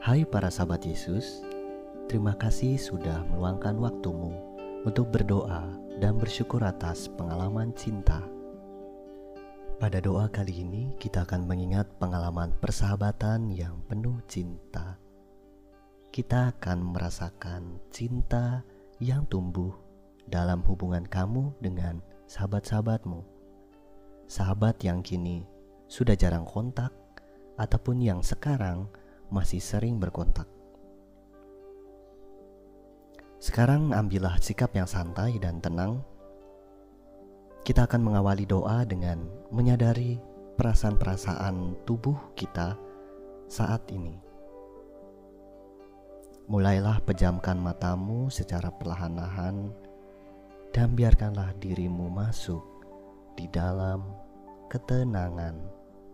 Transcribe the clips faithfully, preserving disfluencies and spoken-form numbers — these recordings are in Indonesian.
Hai para sahabat Yesus, terima kasih sudah meluangkan waktumu untuk berdoa dan bersyukur atas pengalaman cinta. Pada doa kali ini kita akan mengingat pengalaman persahabatan yang penuh cinta. Kita akan merasakan cinta yang tumbuh dalam hubungan kamu dengan sahabat-sahabatmu. Sahabat yang kini sudah jarang kontak ataupun yang sekarang masih sering berkontak. Sekarang ambillah sikap yang santai dan tenang. Kita akan mengawali doa dengan menyadari perasaan-perasaan tubuh kita saat ini. Mulailah pejamkan matamu secara perlahan-lahan dan biarkanlah dirimu masuk di dalam ketenangan.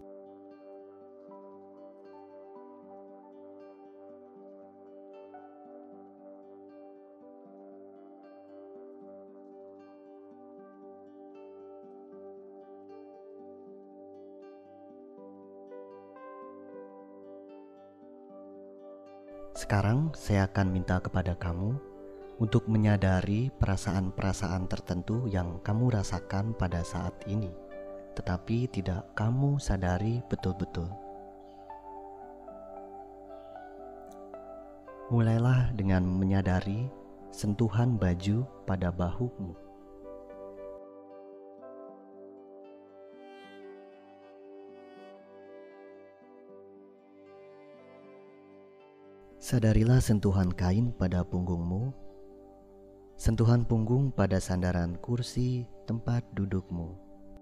Sekarang saya akan minta kepada kamu untuk menyadari perasaan-perasaan tertentu yang kamu rasakan pada saat ini, tetapi tidak kamu sadari betul-betul. Mulailah dengan menyadari sentuhan baju pada bahumu. Sadarilah sentuhan kain pada punggungmu, sentuhan punggung pada sandaran kursi tempat dudukmu.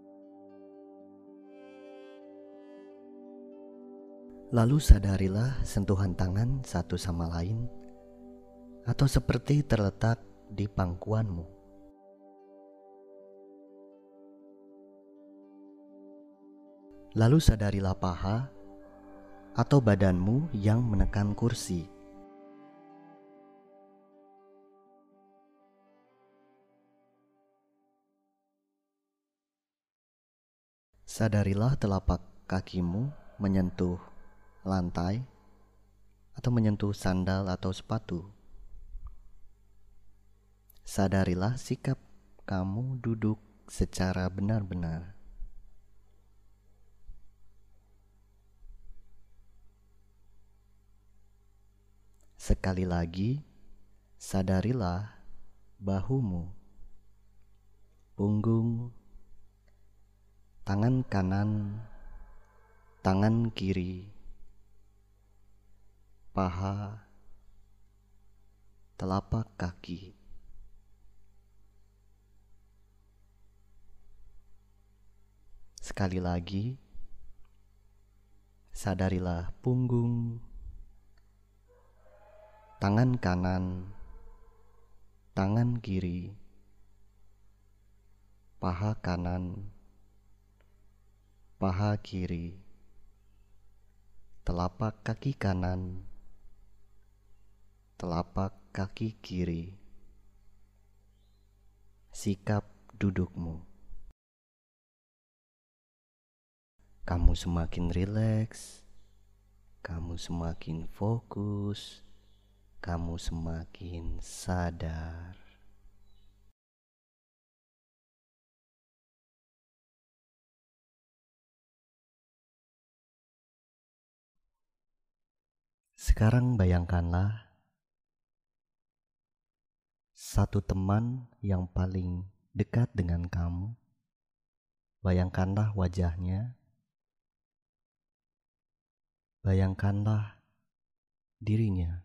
Lalu sadarilah sentuhan tangan satu sama lain, atau seperti terletak di pangkuanmu. Lalu sadarilah paha atau badanmu yang menekan kursi. Sadarilah telapak kakimu menyentuh lantai atau menyentuh sandal atau sepatu. Sadarilah sikap kamu duduk secara benar-benar. Sekali lagi, sadarilah bahumu, punggung, tangan kanan, tangan kiri, paha, telapak kaki. Sekali lagi, sadarilah punggung, tangan kanan, tangan kiri, paha kanan, paha kiri, telapak kaki kanan, telapak kaki kiri. Sikap dudukmu. Kamu semakin rileks, kamu semakin fokus, kamu semakin sadar. Sekarang bayangkanlah satu teman yang paling dekat dengan kamu. Bayangkanlah wajahnya. Bayangkanlah dirinya.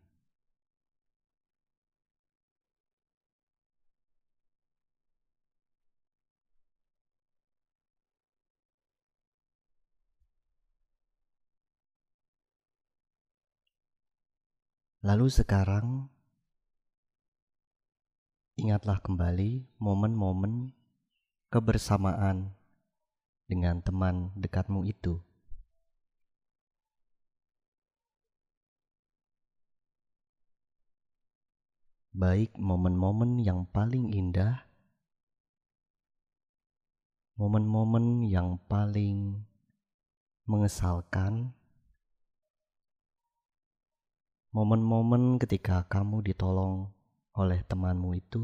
Lalu sekarang, ingatlah kembali momen-momen kebersamaan dengan teman dekatmu itu. Baik momen-momen yang paling indah, momen-momen yang paling mengesalkan, momen-momen ketika kamu ditolong oleh temanmu itu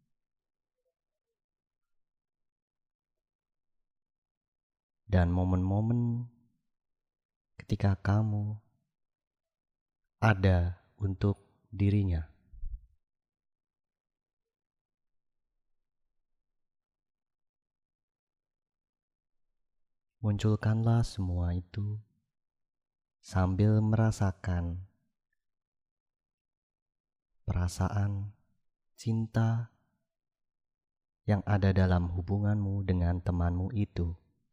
dan momen-momen ketika kamu ada untuk dirinya. Munculkanlah semua itu sambil merasakan perasaan cinta yang ada dalam hubunganmu dengan temanmu itu.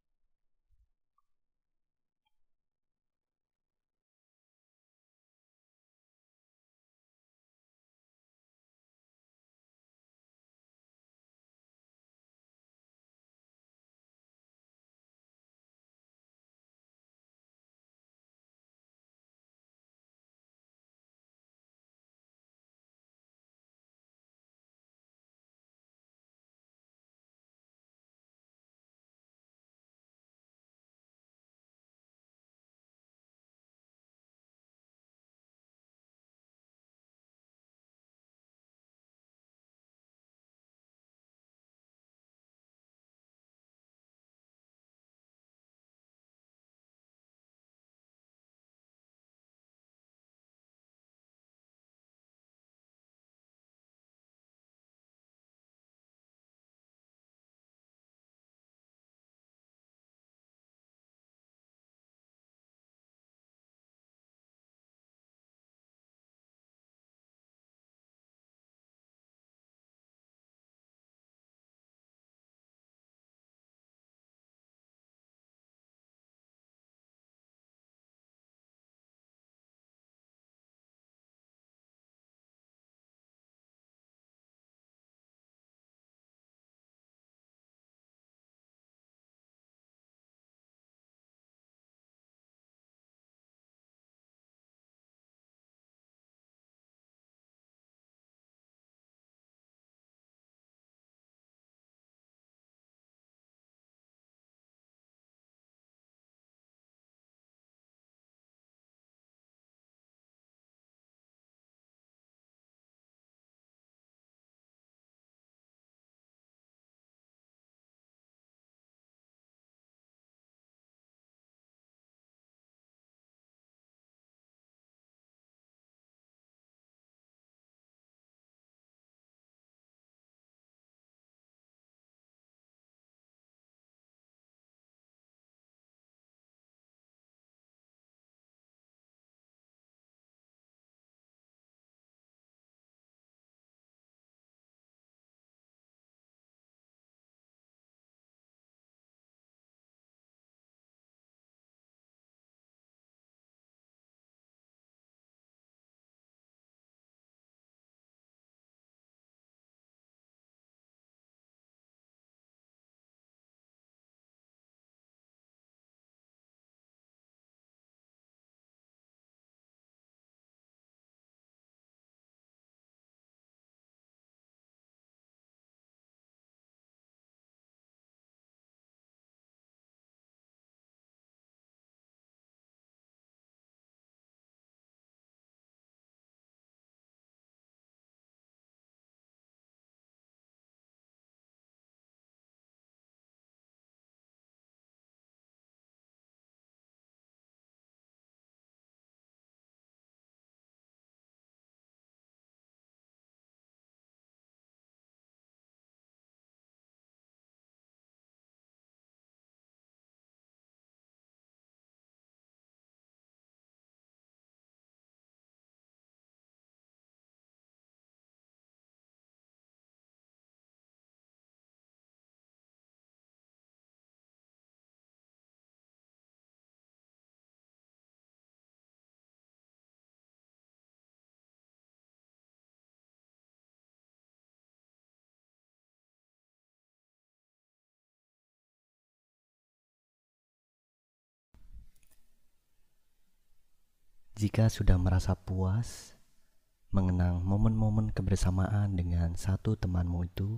Jika sudah merasa puas mengenang momen-momen kebersamaan dengan satu temanmu itu,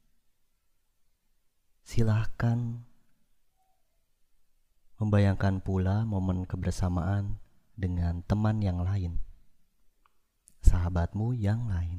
silahkan membayangkan pula momen kebersamaan dengan teman yang lain. sahabatmu yang lain.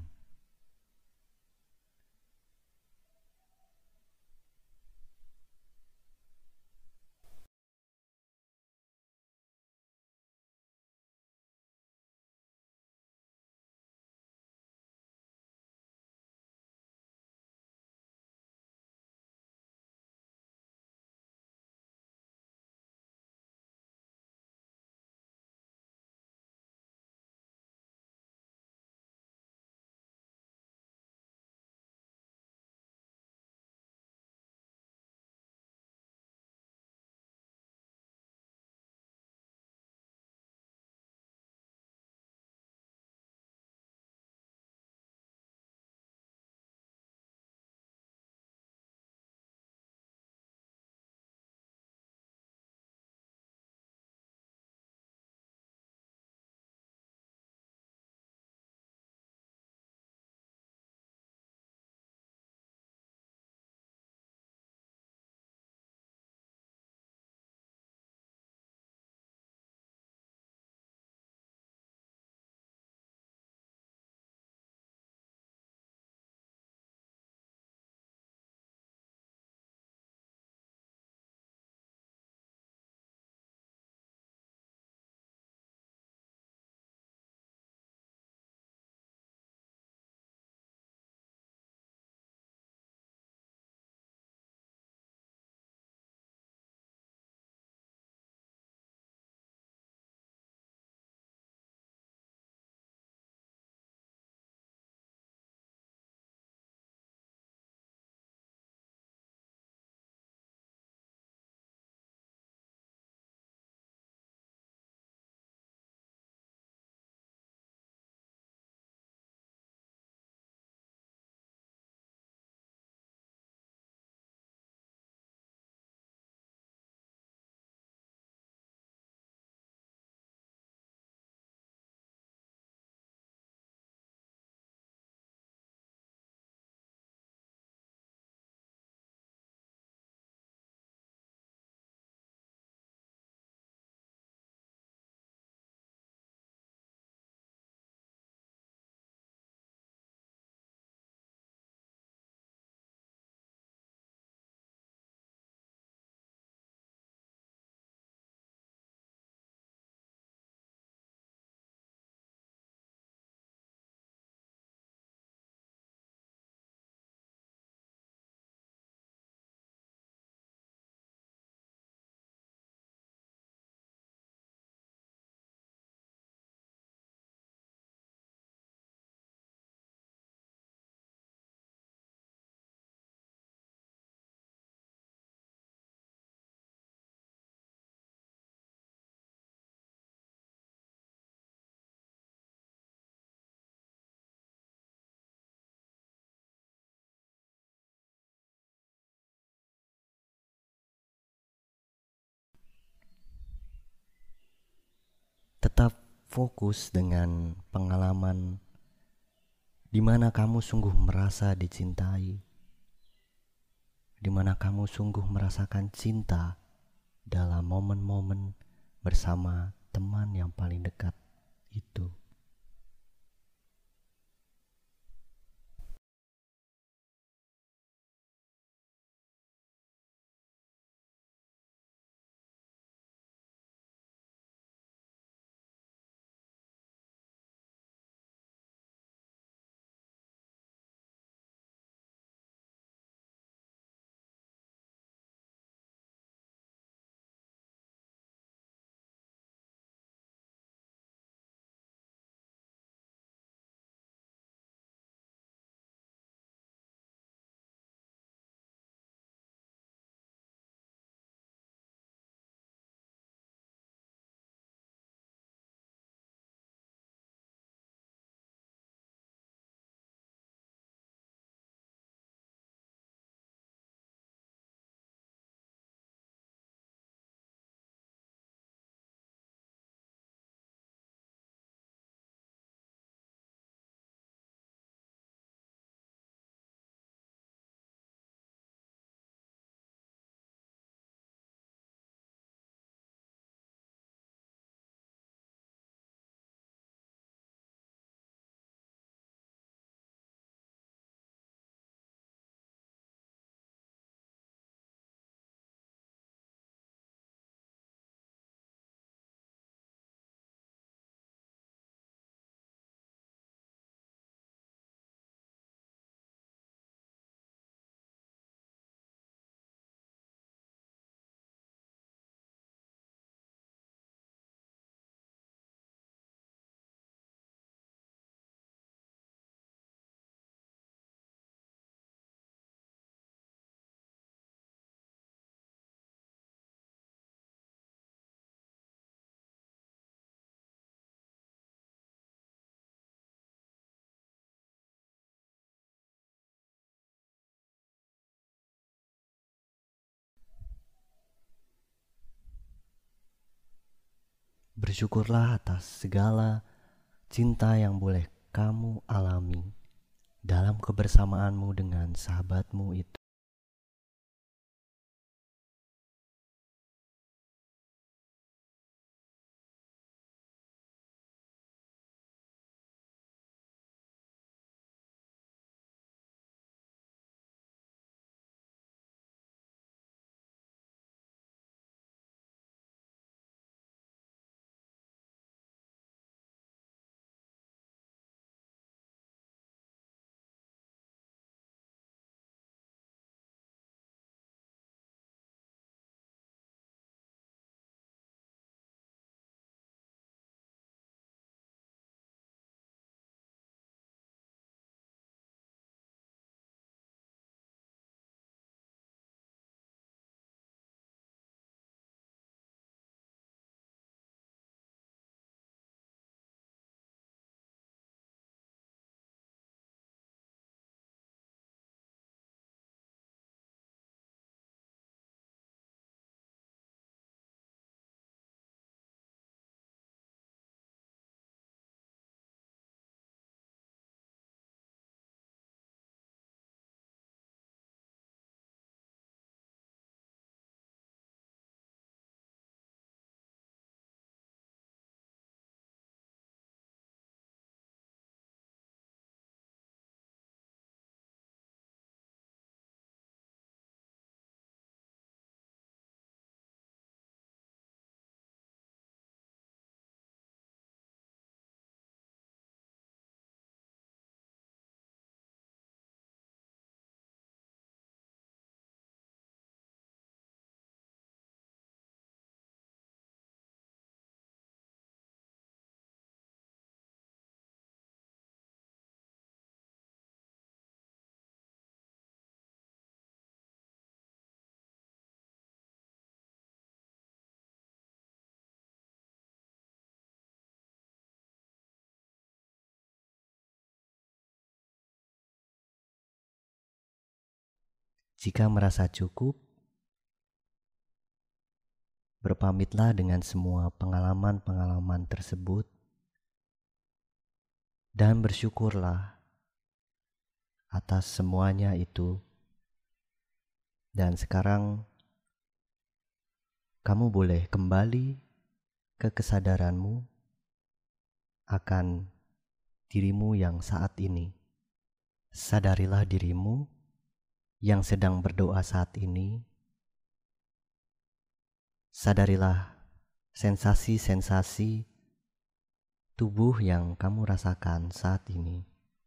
Tetap fokus dengan pengalaman di mana kamu sungguh merasa dicintai, di mana kamu sungguh merasakan cinta dalam momen-momen bersama teman yang paling dekat itu. bersyukurlah atas segala cinta yang boleh kamu alami dalam kebersamaanmu dengan sahabatmu itu. Jika merasa cukup, berpamitlah dengan semua pengalaman-pengalaman tersebut dan bersyukurlah atas semuanya itu. Dan sekarang kamu boleh kembali ke kesadaranmu akan dirimu yang saat ini. Sadarilah dirimu yang sedang berdoa saat ini. Sadarilah sensasi-sensasi tubuh yang kamu rasakan saat ini.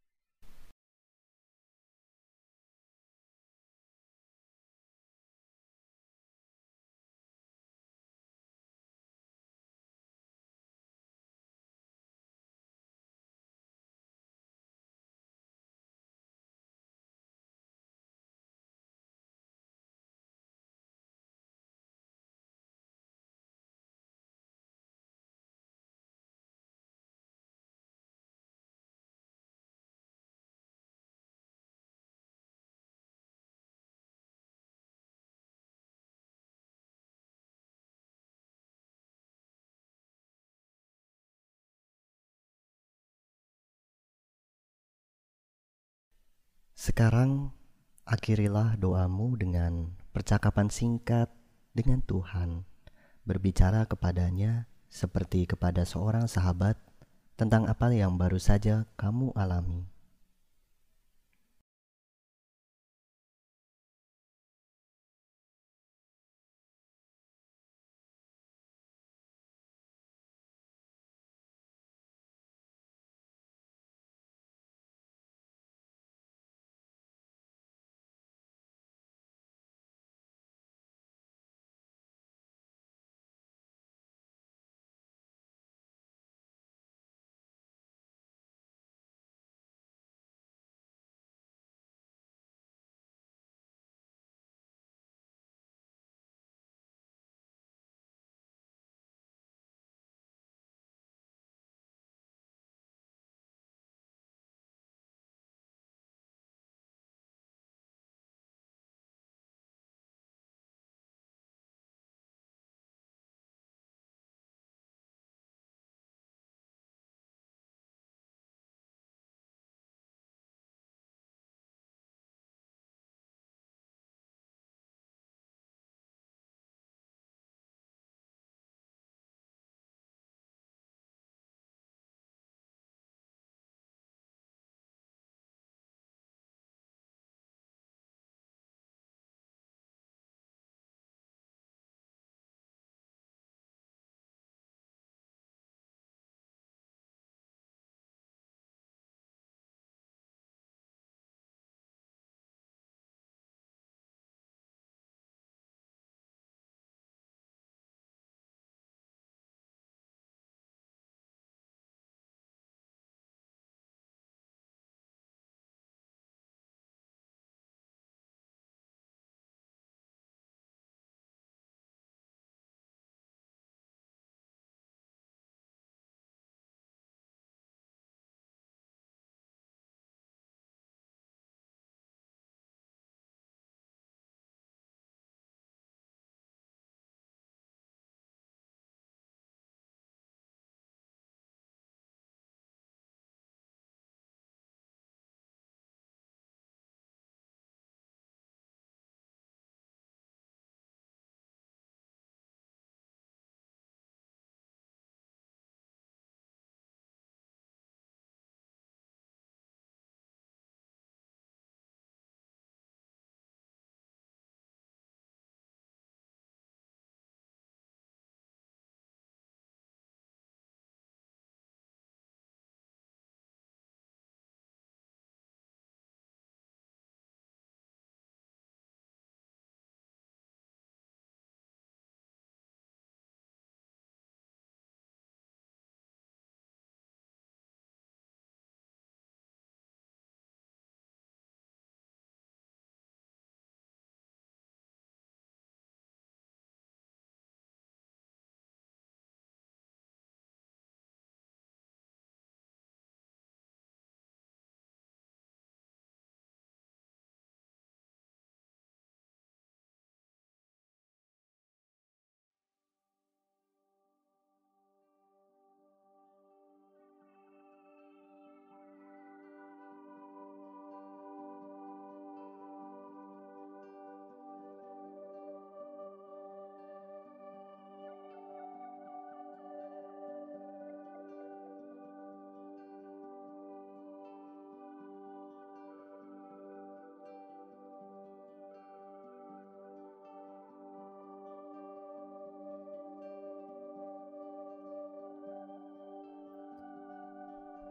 Sekarang akhirilah doamu dengan percakapan singkat dengan Tuhan. Berbicara kepadanya seperti kepada seorang sahabat tentang apa yang baru saja kamu alami.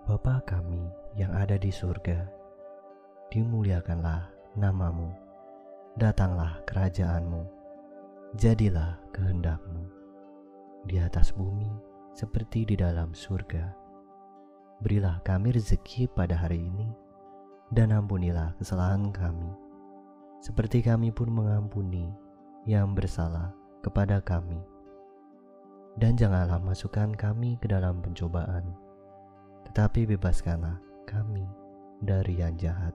Bapa kami yang ada di surga, dimuliakanlah namamu, datanglah kerajaanmu, jadilah kehendakmu, di atas bumi seperti di dalam surga. Berilah kami rezeki pada hari ini, dan ampunilah kesalahan kami, seperti kami pun mengampuni yang bersalah kepada kami. Dan janganlah masukkan kami ke dalam pencobaan, tetapi bebaskanlah kami dari yang jahat.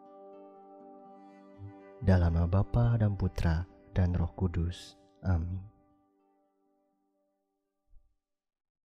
Dalam nama Bapa dan Putra dan Roh Kudus. Amin.